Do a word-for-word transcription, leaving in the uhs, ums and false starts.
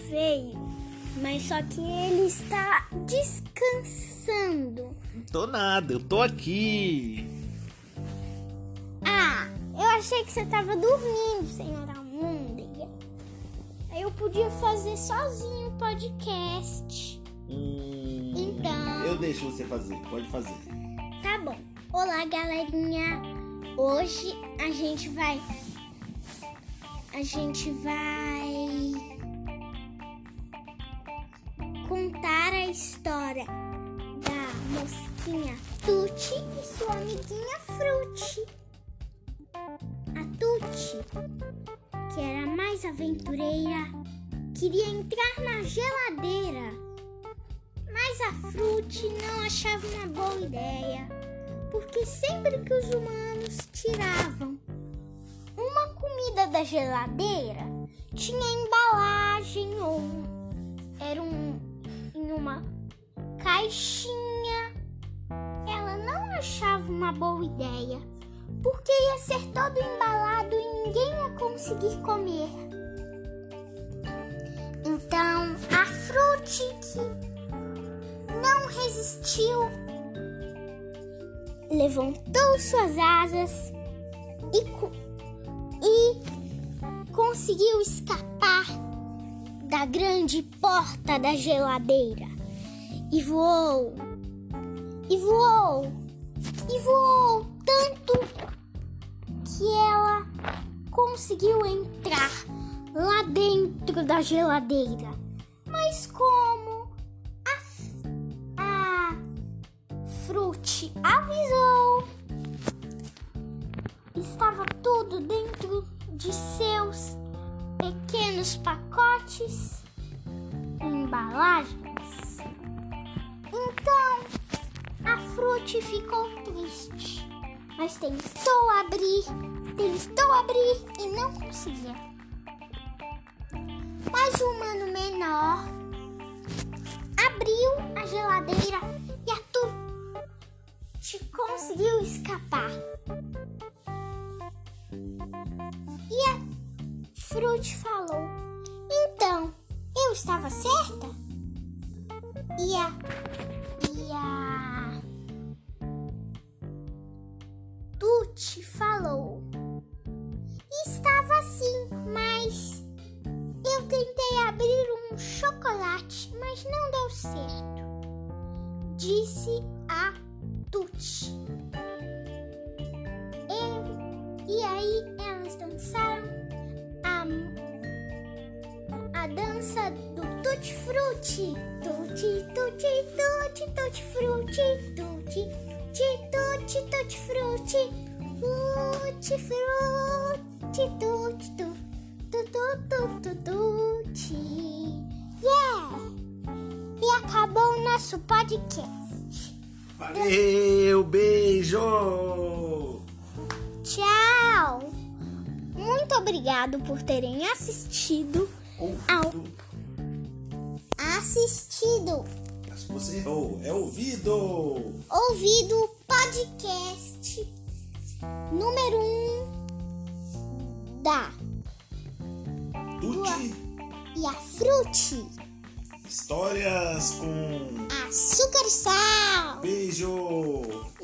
veio, mas só que ele está descansando. Não tô nada, eu tô aqui. Ah, eu achei que você estava dormindo, senhora Almôndega. Aí eu podia fazer sozinho o podcast. Hum, Então... Eu deixo você fazer, pode fazer. Tá bom. Olá, galerinha. Hoje a gente vai... A gente vai... contar a história da mosquinha Tuti e sua amiguinha Fruti. A Tuti, que era a mais aventureira, queria entrar na geladeira, mas a Fruti não achava uma boa ideia, porque sempre que os humanos tiravam uma comida da geladeira, tinha embalagem ou era um, em uma caixinha. Ela não achava uma boa ideia, porque ia ser todo embalado e ninguém ia conseguir comer. Então, a Fruti, que não resistiu, levantou suas asas e, e conseguiu escapar da grande porta da geladeira. E voou, e voou, e voou tanto que ela conseguiu entrar lá dentro da geladeira. Mas como a, a Fruti avisou, estava tudo dentro de seus pequenos pacotes e embalagens. Então, a Fruti ficou triste, mas tentou abrir, tentou abrir e não conseguia. Mas o humano menor abriu a geladeira e a Tuti conseguiu escapar. E a Fruti falou: então, eu estava certa? E a, e a Tuti falou: estava sim, mas eu tentei abrir um chocolate, mas não deu certo, disse a Tuti. E, e aí elas dançaram a, a dança do Tutti Frutti. Tutti, tutti, tutti, tutti frutti. Tutti, tutti, tutti frutti. Tutti frutti, tutti, tutti, tutti, tutti. Yeah! E acabou o nosso podcast. Valeu, beijo! Tchau! Muito obrigado por terem assistido ao... Assistido! Mas você errou, é ouvido! Ouvido o podcast número um da Tuti, e a Fruti. histórias com Açúcar e sal! beijo!